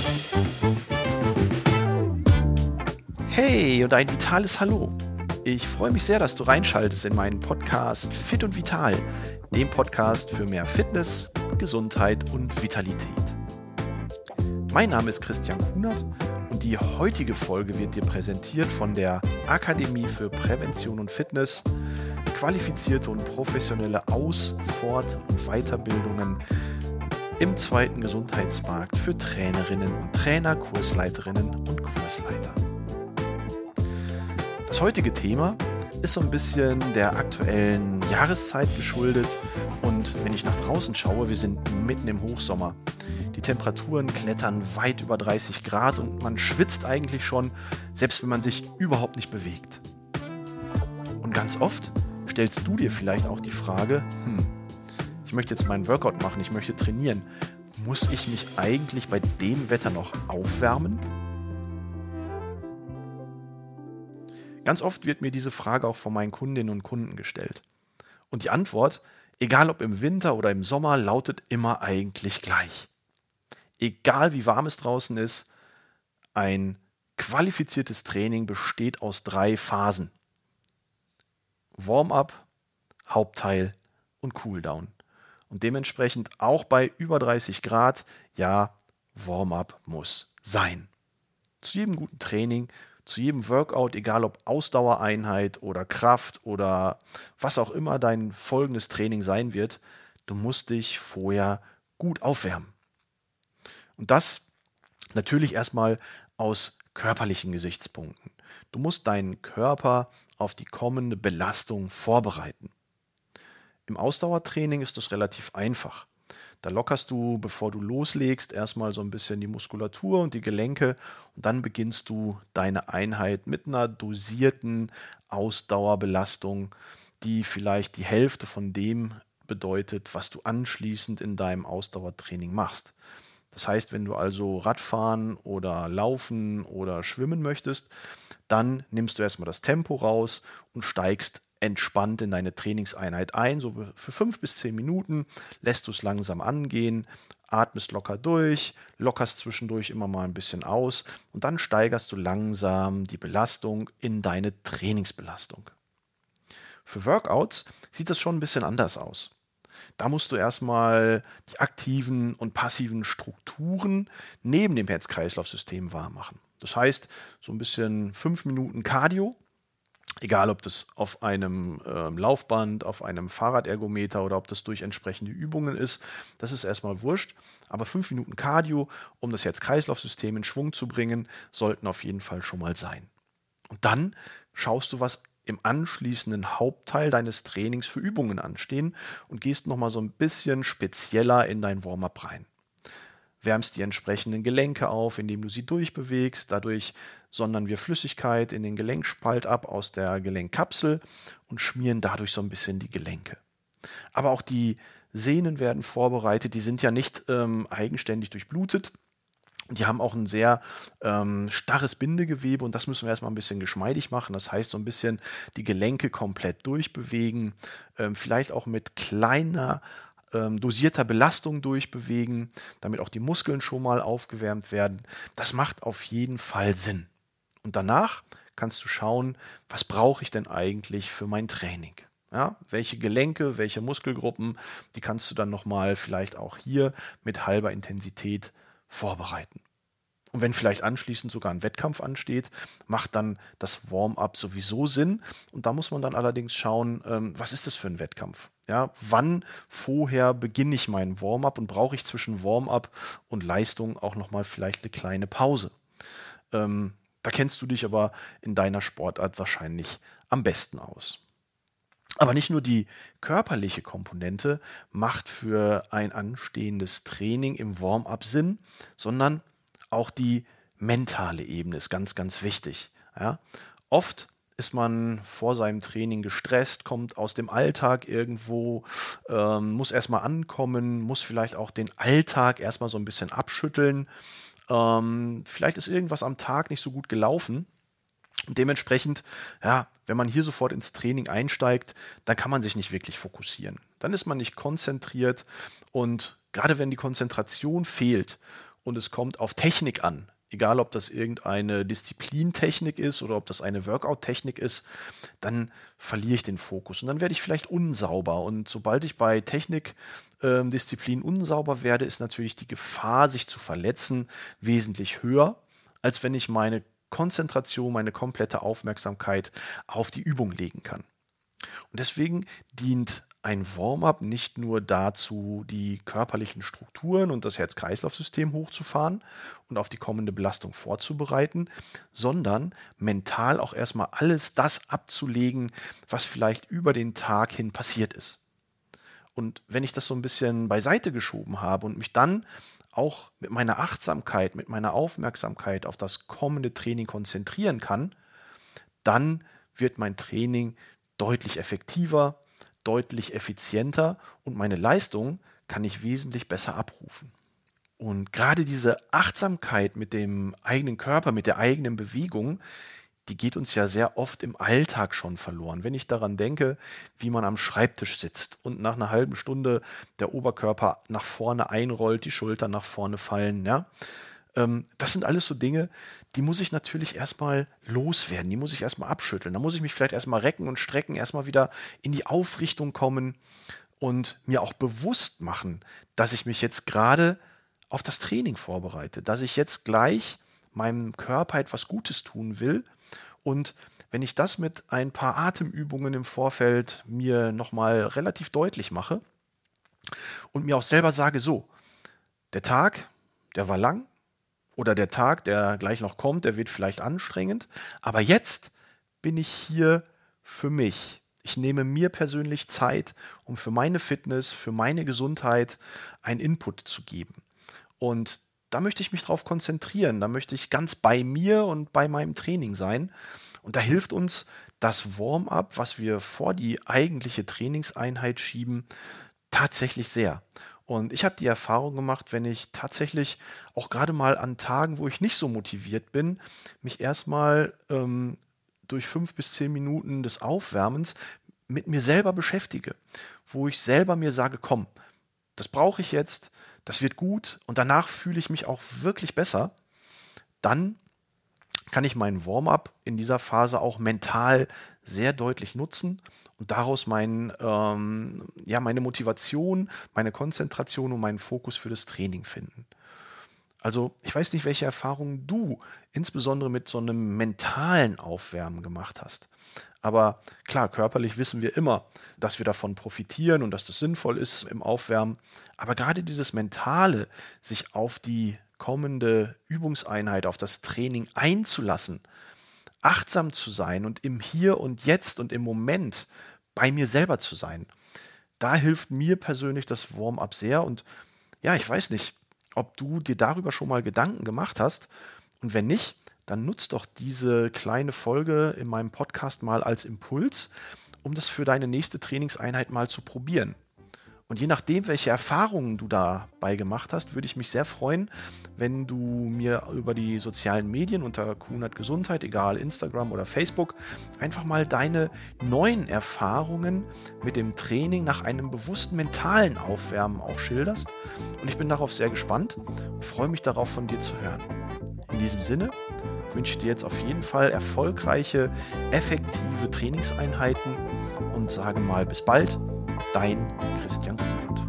Hey und ein vitales Hallo. Ich freue mich sehr, dass du reinschaltest in meinen Podcast Fit und Vital, dem Podcast für mehr Fitness, Gesundheit und Vitalität. Mein Name ist Christian Kunert und die heutige Folge wird dir präsentiert von der Akademie für Prävention und Fitness, qualifizierte und professionelle Aus-, Fort- und Weiterbildungen im zweiten Gesundheitsmarkt für Trainerinnen und Trainer, Kursleiterinnen und Kursleiter. Das heutige Thema ist so ein bisschen der aktuellen Jahreszeit geschuldet und wenn ich nach draußen schaue, wir sind mitten im Hochsommer. Die Temperaturen klettern weit über 30 Grad und man schwitzt eigentlich schon, selbst wenn man sich überhaupt nicht bewegt. Und ganz oft stellst du dir vielleicht auch die Frage, ich möchte jetzt meinen Workout machen, ich möchte trainieren. Muss ich mich eigentlich bei dem Wetter noch aufwärmen? Ganz oft wird mir diese Frage auch von meinen Kundinnen und Kunden gestellt. Und die Antwort, egal ob im Winter oder im Sommer, lautet immer eigentlich gleich. Egal wie warm es draußen ist, ein qualifiziertes Training besteht aus 3 Phasen. Warm-up, Hauptteil und Cooldown. Und dementsprechend auch bei über 30 Grad, ja, Warm-up muss sein. Zu jedem guten Training, zu jedem Workout, egal ob Ausdauereinheit oder Kraft oder was auch immer dein folgendes Training sein wird, du musst dich vorher gut aufwärmen. Und das natürlich erstmal aus körperlichen Gesichtspunkten. Du musst deinen Körper auf die kommende Belastung vorbereiten. Im Ausdauertraining ist das relativ einfach. Da lockerst du, bevor du loslegst, erstmal so ein bisschen die Muskulatur und die Gelenke und dann beginnst du deine Einheit mit einer dosierten Ausdauerbelastung, die vielleicht die Hälfte von dem bedeutet, was du anschließend in deinem Ausdauertraining machst. Das heißt, wenn du also Radfahren oder Laufen oder Schwimmen möchtest, dann nimmst du erstmal das Tempo raus und steigst entspannt in deine Trainingseinheit ein, so für 5 bis 10 Minuten lässt du es langsam angehen, atmest locker durch, lockerst zwischendurch immer mal ein bisschen aus und dann steigerst du langsam die Belastung in deine Trainingsbelastung. Für Workouts sieht das schon ein bisschen anders aus. Da musst du erstmal die aktiven und passiven Strukturen neben dem Herz-Kreislauf-System warm machen. Das heißt, so ein bisschen 5 Minuten Cardio, egal ob das auf einem Laufband, auf einem Fahrradergometer oder ob das durch entsprechende Übungen ist, das ist erstmal wurscht. Aber 5 Minuten Cardio, um das Herz-Kreislauf-System in Schwung zu bringen, sollten auf jeden Fall schon mal sein. Und dann schaust du, was im anschließenden Hauptteil deines Trainings für Übungen anstehen und gehst nochmal so ein bisschen spezieller in dein Warm-up rein. Wärmst die entsprechenden Gelenke auf, indem du sie durchbewegst. Dadurch sondern wir Flüssigkeit in den Gelenkspalt ab aus der Gelenkkapsel und schmieren dadurch so ein bisschen die Gelenke. Aber auch die Sehnen werden vorbereitet. Die sind ja nicht eigenständig durchblutet. Die haben auch ein sehr starres Bindegewebe und das müssen wir erstmal ein bisschen geschmeidig machen. Das heißt, so ein bisschen die Gelenke komplett durchbewegen, vielleicht auch mit kleiner dosierter Belastung durchbewegen, damit auch die Muskeln schon mal aufgewärmt werden. Das macht auf jeden Fall Sinn. Und danach kannst du schauen, was brauche ich denn eigentlich für mein Training? Ja, welche Gelenke, welche Muskelgruppen, die kannst du dann nochmal vielleicht auch hier mit halber Intensität vorbereiten. Und wenn vielleicht anschließend sogar ein Wettkampf ansteht, macht dann das Warm-up sowieso Sinn. Und da muss man dann allerdings schauen, was ist das für ein Wettkampf? Ja, wann vorher beginne ich meinen Warm-up und brauche ich zwischen Warm-up und Leistung auch nochmal vielleicht eine kleine Pause? Da kennst du dich aber in deiner Sportart wahrscheinlich am besten aus. Aber nicht nur die körperliche Komponente macht für ein anstehendes Training im Warm-up Sinn, sondern auch die mentale Ebene ist ganz, ganz wichtig. Ja? Oft ist man vor seinem Training gestresst, kommt aus dem Alltag irgendwo, muss erstmal ankommen, muss vielleicht auch den Alltag erstmal so ein bisschen abschütteln. Vielleicht ist irgendwas am Tag nicht so gut gelaufen. Und dementsprechend, ja, wenn man hier sofort ins Training einsteigt, dann kann man sich nicht wirklich fokussieren. Dann ist man nicht konzentriert und gerade wenn die Konzentration fehlt und es kommt auf Technik an, egal ob das irgendeine Disziplintechnik ist oder ob das eine Workout-Technik ist, dann verliere ich den Fokus und dann werde ich vielleicht unsauber. Und sobald ich bei Technikdisziplinen unsauber werde, ist natürlich die Gefahr, sich zu verletzen, wesentlich höher, als wenn ich meine Konzentration, meine komplette Aufmerksamkeit auf die Übung legen kann. Und deswegen dient ein Warm-up nicht nur dazu, die körperlichen Strukturen und das Herz-Kreislauf-System hochzufahren und auf die kommende Belastung vorzubereiten, sondern mental auch erstmal alles das abzulegen, was vielleicht über den Tag hin passiert ist. Und wenn ich das so ein bisschen beiseite geschoben habe und mich dann auch mit meiner Achtsamkeit, mit meiner Aufmerksamkeit auf das kommende Training konzentrieren kann, dann wird mein Training deutlich effektiver, deutlich effizienter und meine Leistung kann ich wesentlich besser abrufen. Und gerade diese Achtsamkeit mit dem eigenen Körper, mit der eigenen Bewegung, die geht uns ja sehr oft im Alltag schon verloren. Wenn ich daran denke, wie man am Schreibtisch sitzt und nach einer halben Stunde der Oberkörper nach vorne einrollt, die Schultern nach vorne fallen, ja. Das sind alles so Dinge, die muss ich natürlich erstmal loswerden, die muss ich erstmal abschütteln. Da muss ich mich vielleicht erstmal recken und strecken, erstmal wieder in die Aufrichtung kommen und mir auch bewusst machen, dass ich mich jetzt gerade auf das Training vorbereite, dass ich jetzt gleich meinem Körper etwas Gutes tun will. Und wenn ich das mit ein paar Atemübungen im Vorfeld mir nochmal relativ deutlich mache und mir auch selber sage, so, der Tag, der war lang, oder der Tag, der gleich noch kommt, der wird vielleicht anstrengend. Aber jetzt bin ich hier für mich. Ich nehme mir persönlich Zeit, um für meine Fitness, für meine Gesundheit einen Input zu geben. Und da möchte ich mich drauf konzentrieren. Da möchte ich ganz bei mir und bei meinem Training sein. Und da hilft uns das Warm-up, was wir vor die eigentliche Trainingseinheit schieben, tatsächlich sehr. Und ich habe die Erfahrung gemacht, wenn ich tatsächlich auch gerade mal an Tagen, wo ich nicht so motiviert bin, mich erstmal durch 5 bis 10 Minuten des Aufwärmens mit mir selber beschäftige, wo ich selber mir sage, komm, das brauche ich jetzt, das wird gut und danach fühle ich mich auch wirklich besser, dann kann ich meinen Warm-up in dieser Phase auch mental sehr deutlich nutzen und daraus meine Motivation, meine Konzentration und meinen Fokus für das Training finden. Also ich weiß nicht, welche Erfahrungen du insbesondere mit so einem mentalen Aufwärmen gemacht hast. Aber klar, körperlich wissen wir immer, dass wir davon profitieren und dass das sinnvoll ist im Aufwärmen. Aber gerade dieses Mentale, sich auf die kommende Übungseinheit, auf das Training einzulassen, achtsam zu sein und im Hier und Jetzt und im Moment bei mir selber zu sein, da hilft mir persönlich das Warm-up sehr. Und ja, ich weiß nicht, ob du dir darüber schon mal Gedanken gemacht hast. Und wenn nicht, dann nutzt doch diese kleine Folge in meinem Podcast mal als Impuls, um das für deine nächste Trainingseinheit mal zu probieren. Und je nachdem, welche Erfahrungen du dabei gemacht hast, würde ich mich sehr freuen, wenn du mir über die sozialen Medien unter Kuhnert Gesundheit, egal Instagram oder Facebook, einfach mal deine neuen Erfahrungen mit dem Training nach einem bewussten mentalen Aufwärmen auch schilderst. Und ich bin darauf sehr gespannt und freue mich darauf, von dir zu hören. In diesem Sinne wünsche ich dir jetzt auf jeden Fall erfolgreiche, effektive Trainingseinheiten und sage mal bis bald, dein Christian Kuhnert.